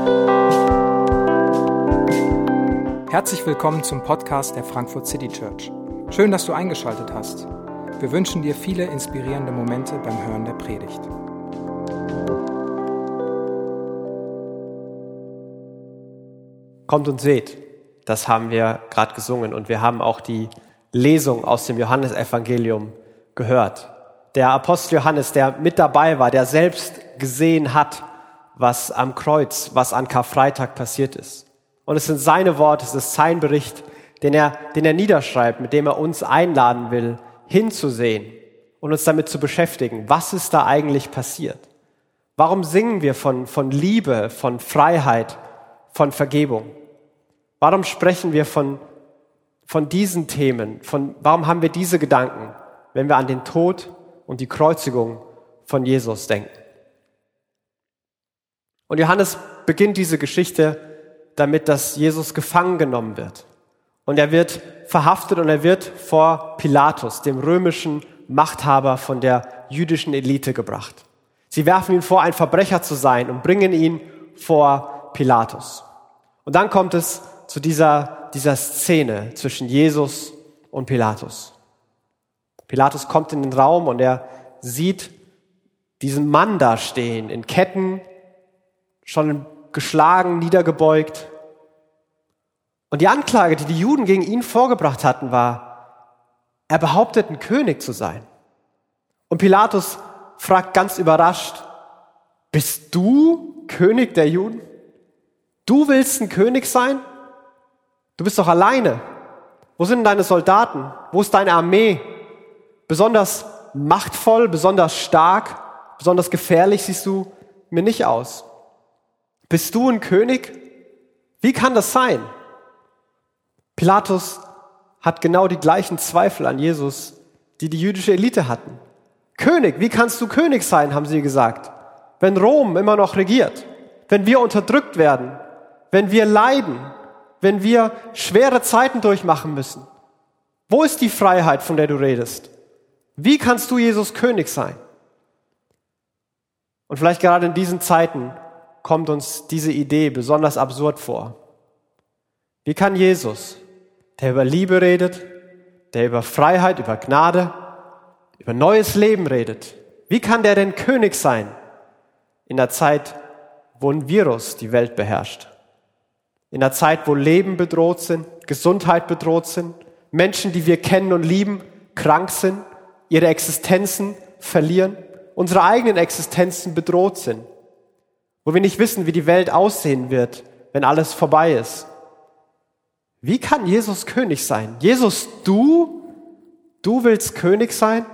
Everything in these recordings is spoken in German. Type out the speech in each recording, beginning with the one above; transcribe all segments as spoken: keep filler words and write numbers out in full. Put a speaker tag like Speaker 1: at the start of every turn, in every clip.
Speaker 1: Herzlich willkommen zum Podcast der Frankfurt City Church. Schön, dass du eingeschaltet hast. Wir wünschen dir viele inspirierende Momente beim Hören der Predigt.
Speaker 2: Kommt und seht, das haben wir gerade gesungen und wir haben auch die Lesung aus dem Johannesevangelium gehört. Der Apostel Johannes, der mit dabei war, der selbst gesehen hat, was am Kreuz, was an Karfreitag passiert ist. Und es sind seine Worte, es ist sein Bericht, den er, den er niederschreibt, mit dem er uns einladen will, hinzusehen und uns damit zu beschäftigen. Was ist da eigentlich passiert? Warum singen wir von, von Liebe, von Freiheit, von Vergebung? Warum sprechen wir von, von diesen Themen? Von, warum haben wir diese Gedanken, wenn wir an den Tod und die Kreuzigung von Jesus denken? Und Johannes beginnt diese Geschichte damit, dass Jesus gefangen genommen wird. Und er wird verhaftet und er wird vor Pilatus, dem römischen Machthaber von der jüdischen Elite, gebracht. Sie werfen ihn vor, ein Verbrecher zu sein und bringen ihn vor Pilatus. Und dann kommt es zu dieser, dieser Szene zwischen Jesus und Pilatus. Pilatus kommt in den Raum und er sieht diesen Mann da stehen, in Ketten, schon geschlagen, niedergebeugt. Und die Anklage, die die Juden gegen ihn vorgebracht hatten, war, er behauptet, ein König zu sein. Und Pilatus fragt ganz überrascht, bist du König der Juden? Du willst ein König sein? Du bist doch alleine. Wo sind deine Soldaten? Wo ist deine Armee? Besonders machtvoll, besonders stark, besonders gefährlich siehst du mir nicht aus. Bist du ein König? Wie kann das sein? Pilatus hat genau die gleichen Zweifel an Jesus, die die jüdische Elite hatten. König, wie kannst du König sein, haben sie gesagt, wenn Rom immer noch regiert, wenn wir unterdrückt werden, wenn wir leiden, wenn wir schwere Zeiten durchmachen müssen. Wo ist die Freiheit, von der du redest? Wie kannst du Jesus König sein? Und vielleicht gerade in diesen Zeiten kommt uns diese Idee besonders absurd vor. Wie kann Jesus, der über Liebe redet, der über Freiheit, über Gnade, über neues Leben redet, wie kann der denn König sein in der Zeit, wo ein Virus die Welt beherrscht? In der Zeit, wo Leben bedroht sind, Gesundheit bedroht sind, Menschen, die wir kennen und lieben, krank sind, ihre Existenzen verlieren, unsere eigenen Existenzen bedroht sind, wo wir nicht wissen, wie die Welt aussehen wird, wenn alles vorbei ist. Wie kann Jesus König sein? Jesus, du? Du willst König sein?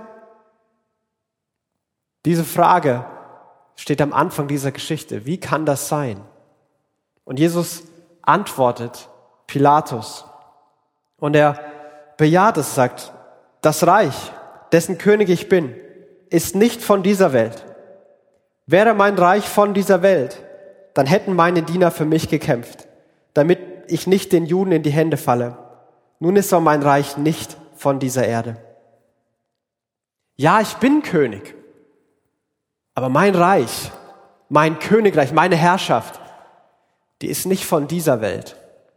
Speaker 2: Diese Frage steht am Anfang dieser Geschichte. Wie kann das sein? Und Jesus antwortet Pilatus. Und er bejaht es, sagt, das Reich, dessen König ich bin, ist nicht von dieser Welt. Wäre mein Reich von dieser Welt, dann hätten meine Diener für mich gekämpft, damit ich nicht den Juden in die Hände falle. Nun ist aber mein Reich nicht von dieser Erde. Ja, ich bin König, aber mein Reich, mein Königreich, meine Herrschaft, die ist nicht von dieser Welt.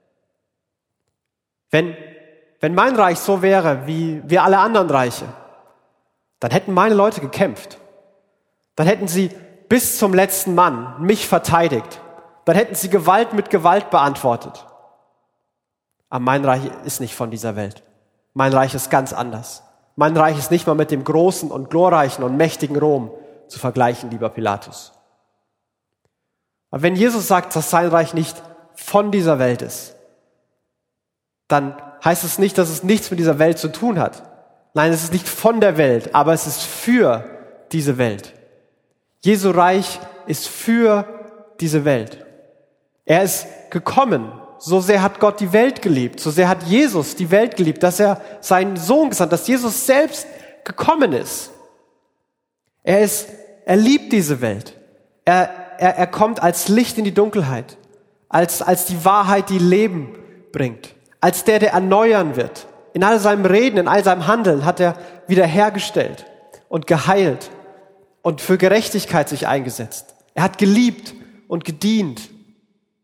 Speaker 2: Wenn, wenn mein Reich so wäre wie, wie alle anderen Reiche, dann hätten meine Leute gekämpft. Dann hätten sie bis zum letzten Mann mich verteidigt. Dann hätten sie Gewalt mit Gewalt beantwortet. Aber mein Reich ist nicht von dieser Welt. Mein Reich ist ganz anders. Mein Reich ist nicht mal mit dem großen und glorreichen und mächtigen Rom zu vergleichen, lieber Pilatus. Aber wenn Jesus sagt, dass sein Reich nicht von dieser Welt ist, dann heißt es nicht, dass es nichts mit dieser Welt zu tun hat. Nein, es ist nicht von der Welt, aber es ist für diese Welt. Jesu Reich ist für diese Welt. Er ist gekommen. So sehr hat Gott die Welt geliebt. So sehr hat Jesus die Welt geliebt, dass er seinen Sohn gesandt, dass Jesus selbst gekommen ist. Er ist, er liebt diese Welt. Er, er, er kommt als Licht in die Dunkelheit. Als, als die Wahrheit, die Leben bringt. Als der, der erneuern wird. In all seinem Reden, in all seinem Handeln hat er wiederhergestellt und geheilt und für Gerechtigkeit sich eingesetzt. Er hat geliebt und gedient.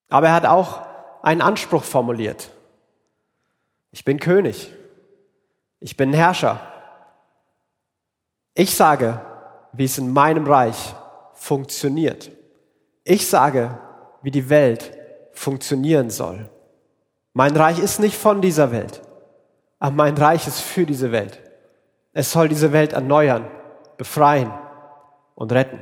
Speaker 2: Aber er hat auch einen Anspruch formuliert. Ich bin König. Ich bin Herrscher. Ich sage, wie es in meinem Reich funktioniert. Ich sage, wie die Welt funktionieren soll. Mein Reich ist nicht von dieser Welt, aber mein Reich ist für diese Welt. Es soll diese Welt erneuern, befreien und retten.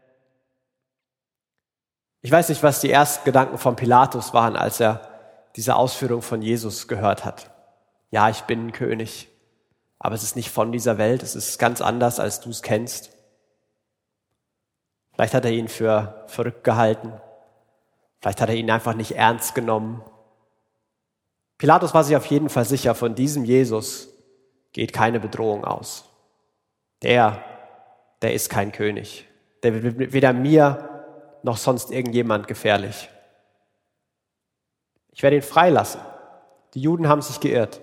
Speaker 2: Ich weiß nicht, was die ersten Gedanken von Pilatus waren, als er diese Ausführung von Jesus gehört hat. Ja, ich bin ein König, aber es ist nicht von dieser Welt, es ist ganz anders, als du es kennst. Vielleicht hat er ihn für verrückt gehalten. Vielleicht hat er ihn einfach nicht ernst genommen. Pilatus war sich auf jeden Fall sicher, von diesem Jesus geht keine Bedrohung aus. Der, der ist kein König. Der wird weder mir noch sonst irgendjemand gefährlich. Ich werde ihn freilassen. Die Juden haben sich geirrt.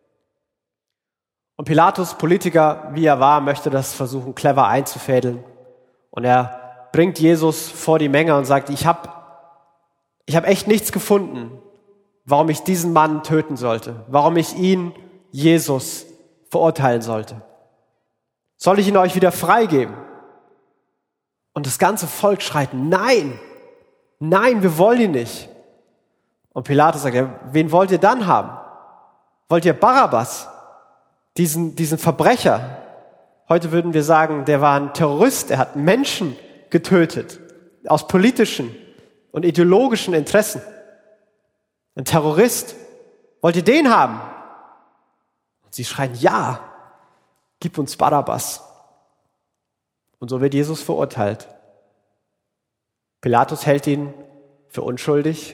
Speaker 2: Und Pilatus, Politiker wie er war, möchte das versuchen, clever einzufädeln. Und er bringt Jesus vor die Menge und sagt, ich habe ich hab echt nichts gefunden, warum ich diesen Mann töten sollte, warum ich ihn, Jesus, verurteilen sollte. Soll ich ihn euch wieder freigeben? Und das ganze Volk schreit, nein, nein, wir wollen ihn nicht. Und Pilatus sagt, ja, wen wollt ihr dann haben? Wollt ihr Barabbas, diesen, diesen Verbrecher? Heute würden wir sagen, der war ein Terrorist, er hat Menschen getötet, aus politischen und ideologischen Interessen. Ein Terrorist. Wollt ihr den haben? Und sie schreien, ja, gib uns Barabbas. Und so wird Jesus verurteilt. Pilatus hält ihn für unschuldig,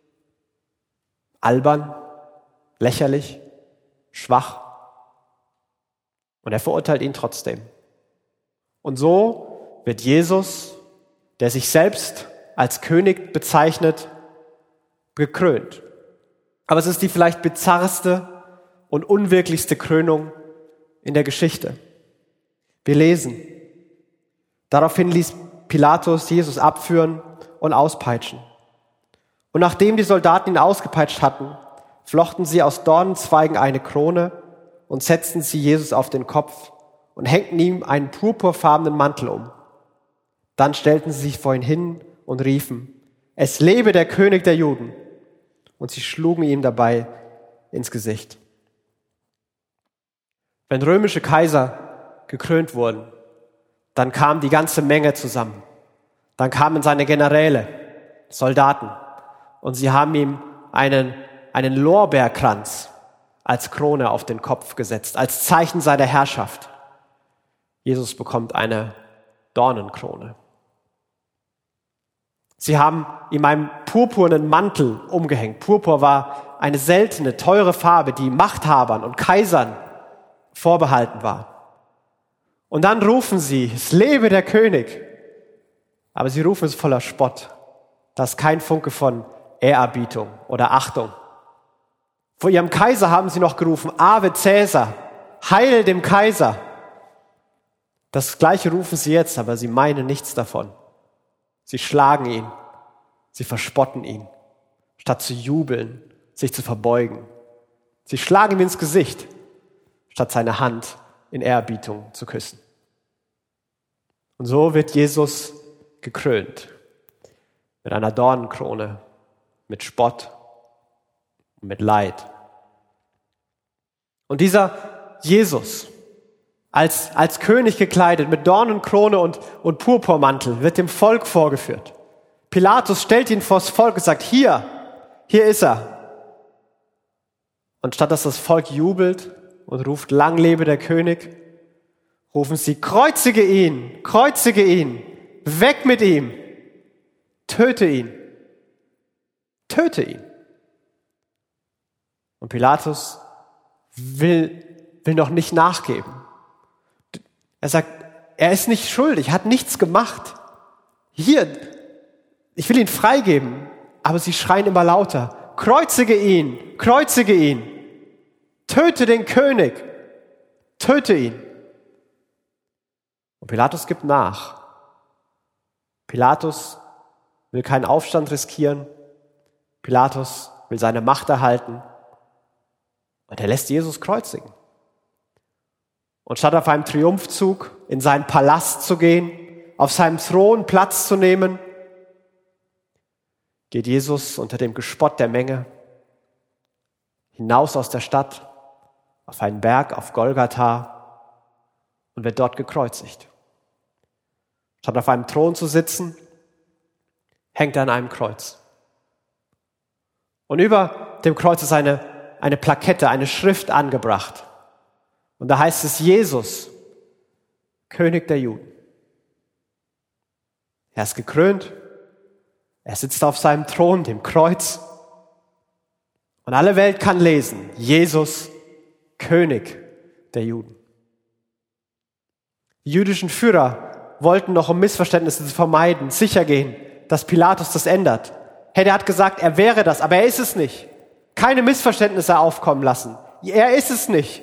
Speaker 2: albern, lächerlich, schwach. Und er verurteilt ihn trotzdem. Und so wird Jesus, der sich selbst als König bezeichnet, gekrönt. Aber es ist die vielleicht bizarrste und unwirklichste Krönung in der Geschichte. Wir lesen, daraufhin ließ Pilatus Jesus abführen und auspeitschen. Und nachdem die Soldaten ihn ausgepeitscht hatten, flochten sie aus Dornenzweigen eine Krone und setzten sie Jesus auf den Kopf und hängten ihm einen purpurfarbenen Mantel um. Dann stellten sie sich vor ihn hin und riefen, es lebe der König der Juden. Und sie schlugen ihm dabei ins Gesicht. Wenn römische Kaiser gekrönt wurden, dann kam die ganze Menge zusammen. Dann kamen seine Generäle, Soldaten, und sie haben ihm einen, einen Lorbeerkranz als Krone auf den Kopf gesetzt, als Zeichen seiner Herrschaft. Jesus bekommt eine Dornenkrone. Sie haben ihm einen purpurnen Mantel umgehängt. Purpur war eine seltene, teure Farbe, die Machthabern und Kaisern vorbehalten war. Und dann rufen sie, es lebe der König. Aber sie rufen es voller Spott. Da ist kein Funke von Ehrerbietung oder Achtung. Vor ihrem Kaiser haben sie noch gerufen, Ave Caesar, heil dem Kaiser. Das Gleiche rufen sie jetzt, aber sie meinen nichts davon. Sie schlagen ihn, sie verspotten ihn, statt zu jubeln, sich zu verbeugen. Sie schlagen ihm ins Gesicht, statt seine Hand in Ehrerbietung zu küssen. Und so wird Jesus gekrönt mit einer Dornenkrone, mit Spott und mit Leid. Und dieser Jesus, Als, als König gekleidet, mit Dornenkrone und, und Purpurmantel, wird dem Volk vorgeführt. Pilatus stellt ihn vors Volk und sagt, hier, hier ist er. Und statt dass das Volk jubelt und ruft, lang lebe der König, rufen sie, kreuzige ihn, kreuzige ihn, weg mit ihm, töte ihn, töte ihn. Und Pilatus will, will noch nicht nachgeben. Er sagt, er ist nicht schuldig, hat nichts gemacht. Hier, ich will ihn freigeben. Aber sie schreien immer lauter, kreuzige ihn, kreuzige ihn. Töte den König, töte ihn. Und Pilatus gibt nach. Pilatus will keinen Aufstand riskieren. Pilatus will seine Macht erhalten und er lässt Jesus kreuzigen. Und statt auf einem Triumphzug in seinen Palast zu gehen, auf seinem Thron Platz zu nehmen, geht Jesus unter dem Gespott der Menge hinaus aus der Stadt auf einen Berg auf Golgatha und wird dort gekreuzigt. Statt auf einem Thron zu sitzen, hängt er an einem Kreuz. Und über dem Kreuz ist eine, eine Plakette, eine Schrift angebracht. Und da heißt es Jesus, König der Juden. Er ist gekrönt, er sitzt auf seinem Thron, dem Kreuz. Und alle Welt kann lesen, Jesus, König der Juden. Die jüdischen Führer wollten noch, um Missverständnisse zu vermeiden, sicher gehen, dass Pilatus das ändert. Hey, der hat gesagt, er wäre das, aber er ist es nicht. Keine Missverständnisse aufkommen lassen. Er ist es nicht.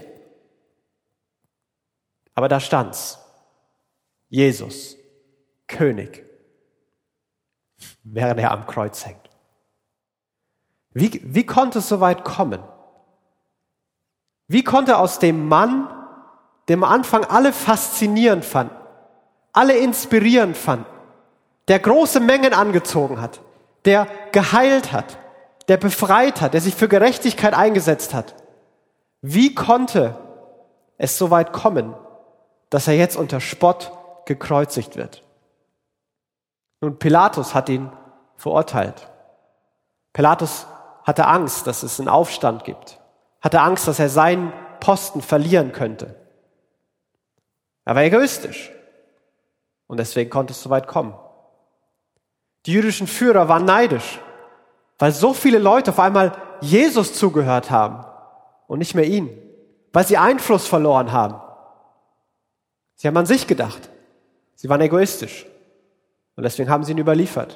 Speaker 2: Aber da stand's. Jesus, König, während er am Kreuz hängt. Wie, wie konnte es so weit kommen? Wie konnte aus dem Mann, dem am Anfang alle faszinierend fanden, alle inspirierend fanden, der große Mengen angezogen hat, der geheilt hat, der befreit hat, der sich für Gerechtigkeit eingesetzt hat, wie konnte es so weit kommen, dass er jetzt unter Spott gekreuzigt wird? Nun, Pilatus hat ihn verurteilt. Pilatus hatte Angst, dass es einen Aufstand gibt. Hatte Angst, dass er seinen Posten verlieren könnte. Er war egoistisch. Und deswegen konnte es so weit kommen. Die jüdischen Führer waren neidisch, weil so viele Leute auf einmal Jesus zugehört haben und nicht mehr ihn. Weil sie Einfluss verloren haben. Sie haben an sich gedacht. Sie waren egoistisch. Und deswegen haben sie ihn überliefert.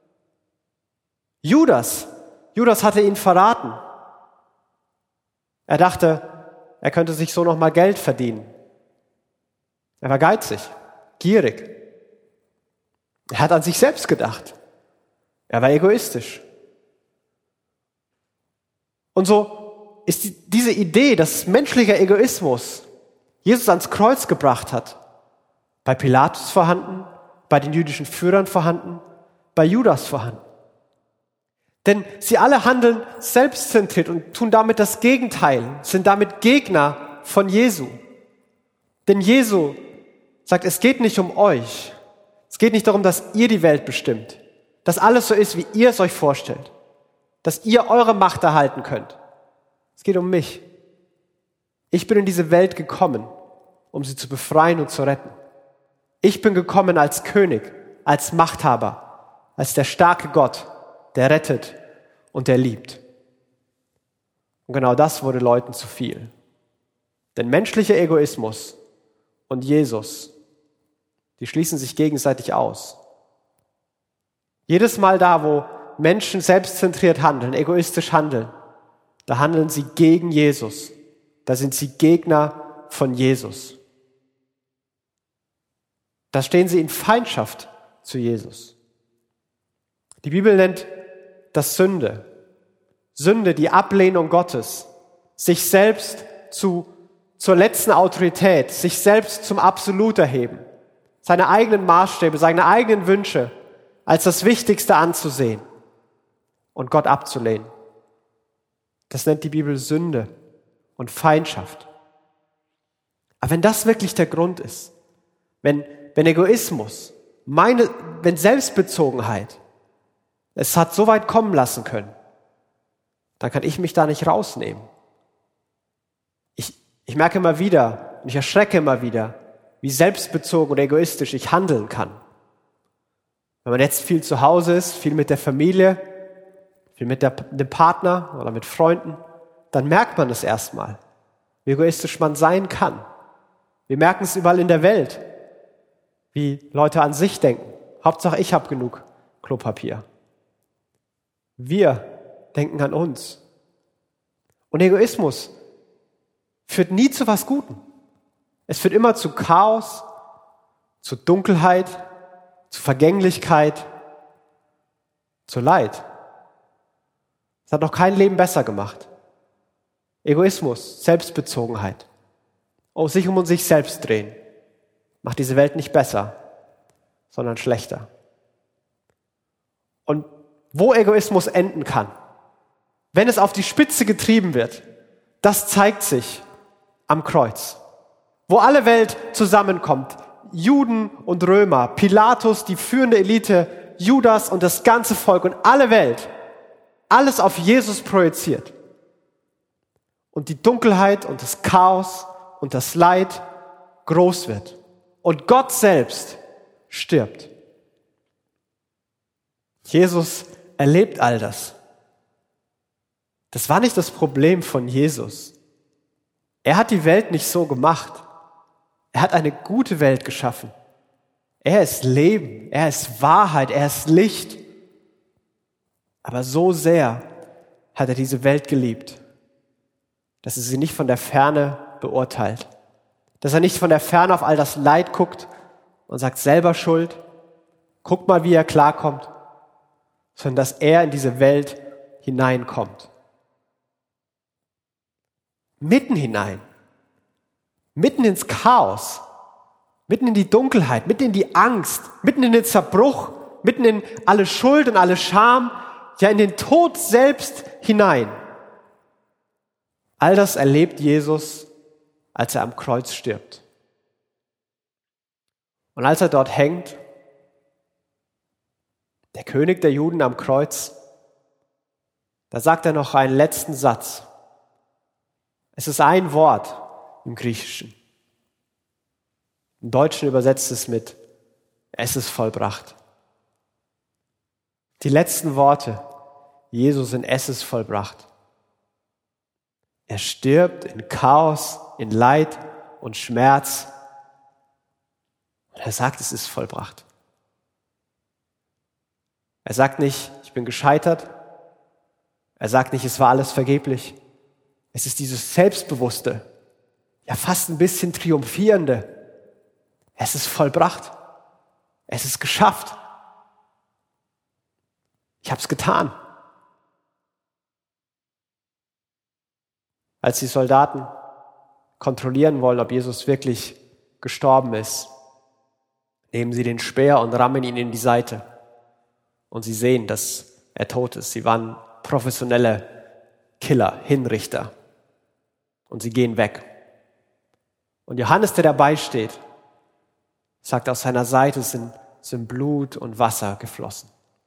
Speaker 2: Judas, Judas hatte ihn verraten. Er dachte, er könnte sich so nochmal Geld verdienen. Er war geizig, gierig. Er hat an sich selbst gedacht. Er war egoistisch. Und so ist die, diese Idee, dass menschlicher Egoismus Jesus ans Kreuz gebracht hat, bei Pilatus vorhanden, bei den jüdischen Führern vorhanden, bei Judas vorhanden. Denn sie alle handeln selbstzentriert und tun damit das Gegenteil, sind damit Gegner von Jesu. Denn Jesu sagt, es geht nicht um euch. Es geht nicht darum, dass ihr die Welt bestimmt, dass alles so ist, wie ihr es euch vorstellt, dass ihr eure Macht erhalten könnt. Es geht um mich. Ich bin in diese Welt gekommen, um sie zu befreien und zu retten. Ich bin gekommen als König, als Machthaber, als der starke Gott, der rettet und der liebt. Und genau das wurde Leuten zu viel. Denn menschlicher Egoismus und Jesus, die schließen sich gegenseitig aus. Jedes Mal da, wo Menschen selbstzentriert handeln, egoistisch handeln, da handeln sie gegen Jesus. Da sind sie Gegner von Jesus. Da stehen sie in Feindschaft zu Jesus. Die Bibel nennt das Sünde. Sünde, die Ablehnung Gottes, sich selbst zu, zur letzten Autorität, sich selbst zum Absolut erheben, seine eigenen Maßstäbe, seine eigenen Wünsche als das Wichtigste anzusehen und Gott abzulehnen. Das nennt die Bibel Sünde und Feindschaft. Aber wenn das wirklich der Grund ist, wenn, wenn Egoismus, meine, wenn Selbstbezogenheit es hat so weit kommen lassen können, dann kann ich mich da nicht rausnehmen. Ich, ich merke immer wieder und ich erschrecke immer wieder, wie selbstbezogen und egoistisch ich handeln kann. Wenn man jetzt viel zu Hause ist, viel mit der Familie, viel mit der, dem Partner oder mit Freunden, dann merkt man es erstmal, wie egoistisch man sein kann. Wir merken es überall in der Welt, wie Leute an sich denken. Hauptsache, ich habe genug Klopapier. Wir denken an uns. Und Egoismus führt nie zu was Gutem. Es führt immer zu Chaos, zu Dunkelheit, zu Vergänglichkeit, zu Leid. Es hat noch kein Leben besser gemacht. Egoismus, Selbstbezogenheit, oh, sich um sich selbst drehen, macht diese Welt nicht besser, sondern schlechter. Und wo Egoismus enden kann, wenn es auf die Spitze getrieben wird, das zeigt sich am Kreuz. Wo alle Welt zusammenkommt, Juden und Römer, Pilatus, die führende Elite, Judas und das ganze Volk und alle Welt, alles auf Jesus projiziert. Und die Dunkelheit und das Chaos und das Leid groß wird. Und Gott selbst stirbt. Jesus erlebt all das. Das war nicht das Problem von Jesus. Er hat die Welt nicht so gemacht. Er hat eine gute Welt geschaffen. Er ist Leben, er ist Wahrheit, er ist Licht. Aber so sehr hat er diese Welt geliebt, dass er sie nicht von der Ferne beurteilt. Dass er nicht von der Ferne auf all das Leid guckt und sagt, selber schuld. Guckt mal, wie er klarkommt. Sondern dass er in diese Welt hineinkommt. Mitten hinein. Mitten ins Chaos. Mitten in die Dunkelheit. Mitten in die Angst. Mitten in den Zerbruch. Mitten in alle Schuld und alle Scham. Ja, in den Tod selbst hinein. All das erlebt Jesus, als er am Kreuz stirbt. Und als er dort hängt, der König der Juden am Kreuz, da sagt er noch einen letzten Satz. Es ist ein Wort im Griechischen. Im Deutschen übersetzt es mit, es ist vollbracht. Die letzten Worte Jesus sind, es ist vollbracht. Er stirbt in Chaos, in Leid und Schmerz. Und er sagt, es ist vollbracht. Er sagt nicht, ich bin gescheitert. Er sagt nicht, es war alles vergeblich. Es ist dieses Selbstbewusste, ja fast ein bisschen triumphierende. Es ist vollbracht. Es ist geschafft. Ich habe es getan. Als die Soldaten kontrollieren wollen, ob Jesus wirklich gestorben ist, nehmen sie den Speer und rammen ihn in die Seite. Und sie sehen, dass er tot ist. Sie waren professionelle Killer, Hinrichter. Und sie gehen weg. Und Johannes, der dabei steht, sagt, aus seiner Seite sind, sind Blut und Wasser geflossen.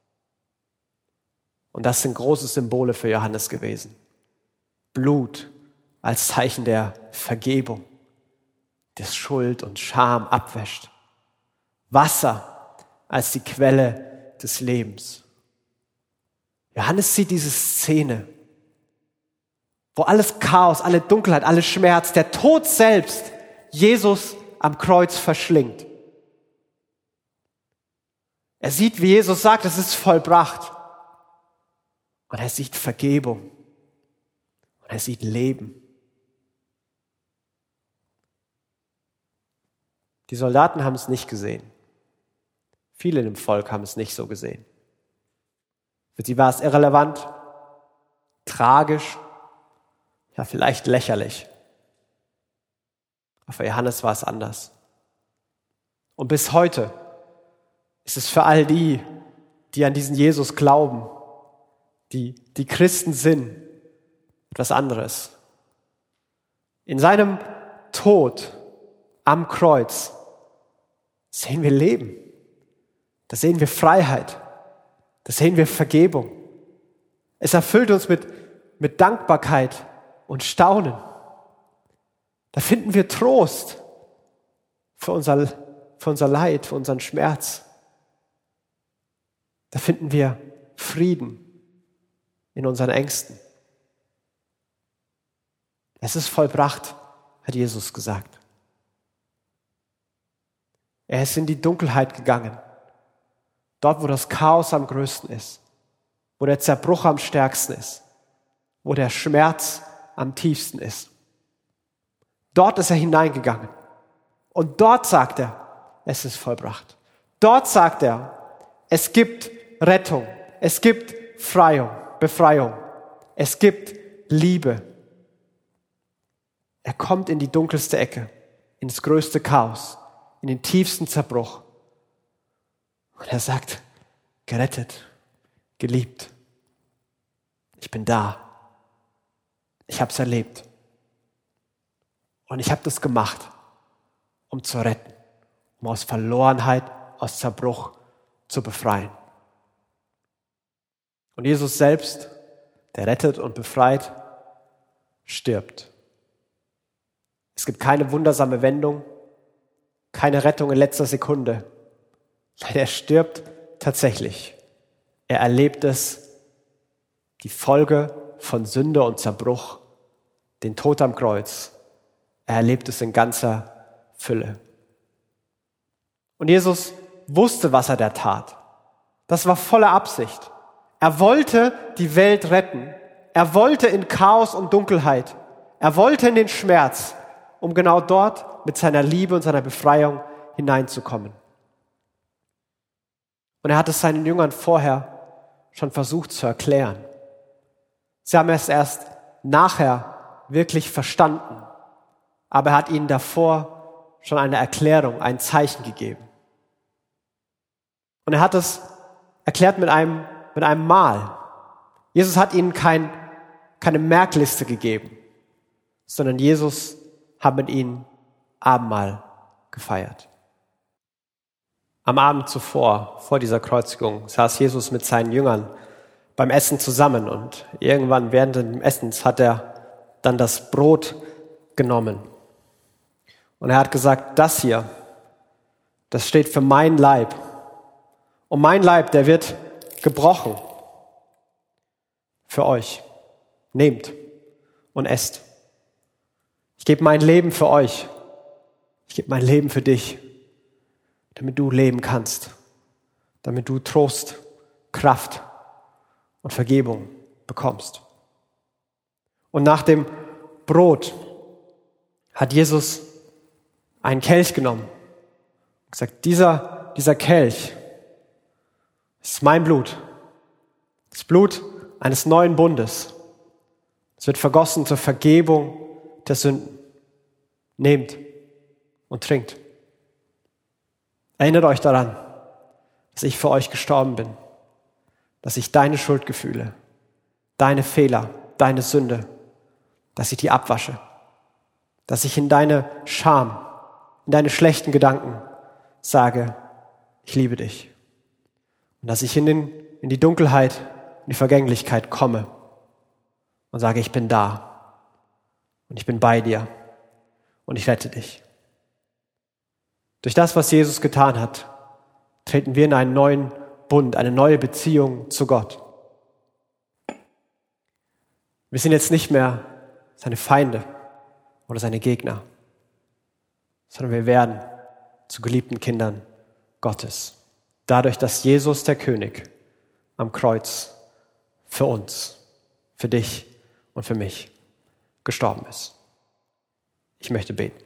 Speaker 2: Und das sind große Symbole für Johannes gewesen. Blut als Zeichen der Vergebung, das Schuld und Scham abwäscht. Wasser als die Quelle des Lebens. Johannes sieht diese Szene, wo alles Chaos, alle Dunkelheit, alle Schmerz, der Tod selbst Jesus am Kreuz verschlingt. Er sieht, wie Jesus sagt, es ist vollbracht. Und er sieht Vergebung. Und er sieht Leben. Die Soldaten haben es nicht gesehen. Viele im Volk haben es nicht so gesehen. Für sie war es irrelevant, tragisch, ja vielleicht lächerlich. Aber für Johannes war es anders. Und bis heute ist es für all die, die an diesen Jesus glauben, die, die Christen sind, etwas anderes. In seinem Tod am Kreuz sehen wir Leben. Da sehen wir Freiheit. Da sehen wir Vergebung. Es erfüllt uns mit, mit Dankbarkeit und Staunen. Da finden wir Trost für unser, für unser Leid, für unseren Schmerz. Da finden wir Frieden in unseren Ängsten. Es ist vollbracht, hat Jesus gesagt. Er ist in die Dunkelheit gegangen. Dort, wo das Chaos am größten ist, wo der Zerbruch am stärksten ist, wo der Schmerz am tiefsten ist. Dort ist er hineingegangen. Und dort sagt er, es ist vollbracht. Dort sagt er, es gibt Rettung, es gibt Freiung, Befreiung. Es gibt Liebe. Er kommt in die dunkelste Ecke, ins größte Chaos, in den tiefsten Zerbruch. Und er sagt, gerettet, geliebt. Ich bin da. Ich habe es erlebt. Und ich habe das gemacht, um zu retten, um aus Verlorenheit, aus Zerbruch zu befreien. Und Jesus selbst, der rettet und befreit, stirbt. Es gibt keine wundersame Wendung, keine Rettung in letzter Sekunde. Er stirbt tatsächlich. Er erlebt es, die Folge von Sünde und Zerbruch, den Tod am Kreuz. Er erlebt es in ganzer Fülle. Und Jesus wusste, was er da tat. Das war volle Absicht. Er wollte die Welt retten. Er wollte in Chaos und Dunkelheit. Er wollte in den Schmerz, um genau dort mit seiner Liebe und seiner Befreiung hineinzukommen. Und er hat es seinen Jüngern vorher schon versucht zu erklären. Sie haben es erst nachher wirklich verstanden. Aber er hat ihnen davor schon eine Erklärung, ein Zeichen gegeben. Und er hat es erklärt mit einem, mit einem Mahl. Jesus hat ihnen kein, keine Merkliste gegeben, sondern Jesus hat mit ihnen Abendmahl gefeiert. Am Abend zuvor, vor dieser Kreuzigung, saß Jesus mit seinen Jüngern beim Essen zusammen und irgendwann während des Essens hat er dann das Brot genommen. Und er hat gesagt, das hier, das steht für meinen Leib. Und mein Leib, der wird gebrochen für euch. Nehmt und esst. Ich gebe mein Leben für euch. Ich gebe mein Leben für dich, damit du leben kannst, damit du Trost, Kraft und Vergebung bekommst. Und nach dem Brot hat Jesus einen Kelch genommen und gesagt, dieser, dieser Kelch ist mein Blut, das Blut eines neuen Bundes. Es wird vergossen zur Vergebung der Sünden. Nehmt und trinkt. Erinnert euch daran, dass ich für euch gestorben bin, dass ich deine Schuldgefühle, deine Fehler, deine Sünde, dass ich die abwasche, dass ich in deine Scham, in deine schlechten Gedanken sage, ich liebe dich. Und dass ich in, den, in die Dunkelheit, in die Vergänglichkeit komme und sage, ich bin da und ich bin bei dir und ich rette dich. Durch das, was Jesus getan hat, treten wir in einen neuen Bund, eine neue Beziehung zu Gott. Wir sind jetzt nicht mehr seine Feinde oder seine Gegner, sondern wir werden zu geliebten Kindern Gottes. Dadurch, dass Jesus, der König, am Kreuz für uns, für dich und für mich gestorben ist. Ich möchte beten.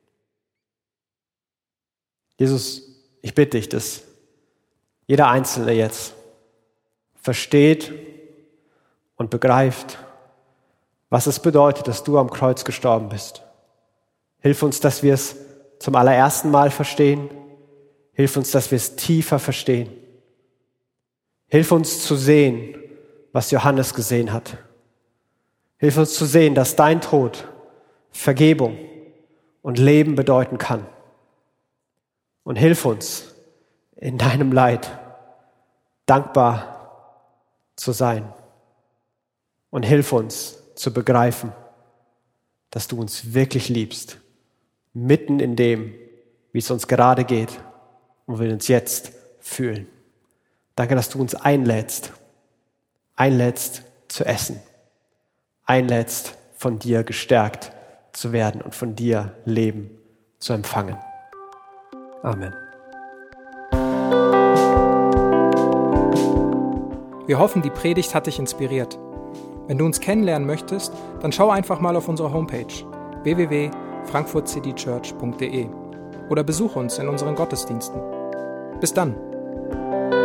Speaker 2: Jesus, ich bitte dich, dass jeder Einzelne jetzt versteht und begreift, was es bedeutet, dass du am Kreuz gestorben bist. Hilf uns, dass wir es zum allerersten Mal verstehen. Hilf uns, dass wir es tiefer verstehen. Hilf uns zu sehen, was Johannes gesehen hat. Hilf uns zu sehen, dass dein Tod Vergebung und Leben bedeuten kann. Und hilf uns, in deinem Leid dankbar zu sein. Und hilf uns zu begreifen, dass du uns wirklich liebst, mitten in dem, wie es uns gerade geht und wir uns jetzt fühlen. Danke, dass du uns einlädst, einlädst zu essen, einlädst, von dir gestärkt zu werden und von dir Leben zu empfangen. Amen.
Speaker 1: Wir hoffen, die Predigt hat dich inspiriert. Wenn du uns kennenlernen möchtest, dann schau einfach mal auf unsere Homepage w w w punkt frankfurt city church punkt d e oder besuch uns in unseren Gottesdiensten. Bis dann!